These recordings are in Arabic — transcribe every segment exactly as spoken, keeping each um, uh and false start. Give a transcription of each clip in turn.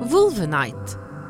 فولفنايت.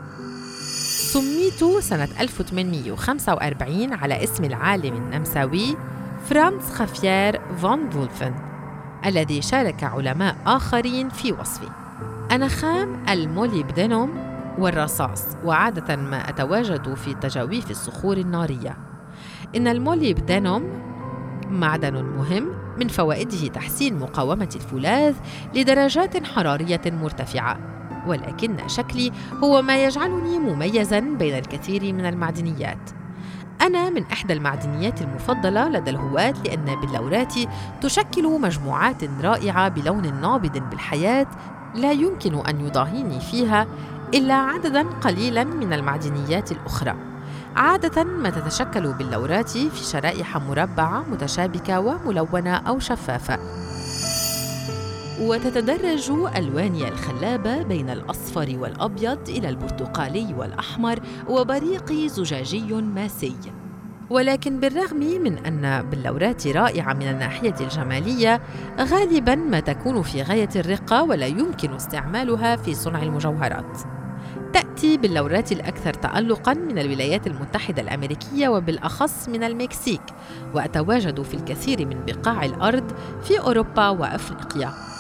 سميت سنة ألف وثمانمئة وخمسة وأربعين على اسم العالم النمساوي فرانتز خافير فون فولفن، الذي شارك علماء آخرين في وصفه. أناخام الموليبدينوم والرصاص، وعادة ما أتواجد في تجاويف الصخور النارية. إن الموليبدينوم معدن مهم، من فوائده تحسين مقاومة الفولاذ لدرجات حرارية مرتفعة، ولكن شكلي هو ما يجعلني مميزاً بين الكثير من المعدنيات. أنا من إحدى المعدنيات المفضلة لدى الهواة، لأن بلورات تشكل مجموعات رائعة بلون نابض بالحياة، لا يمكن أن يضاهيني فيها إلا عدداً قليلاً من المعدنيات الأخرى. عادة ما تتشكل بلورات في شرائح مربعة متشابكة وملونة أو شفافة، وتتدرج ألواني الخلابة بين الأصفر والأبيض إلى البرتقالي والأحمر وبريق زجاجي ماسي. ولكن بالرغم من أن بلورات رائعة من الناحية الجمالية، غالباً ما تكون في غاية الرقة ولا يمكن استعمالها في صنع المجوهرات. تأتي بلورات الأكثر تألقاً من الولايات المتحدة الأمريكية، وبالأخص من المكسيك، وأتواجد في الكثير من بقاع الأرض في أوروبا وأفريقيا.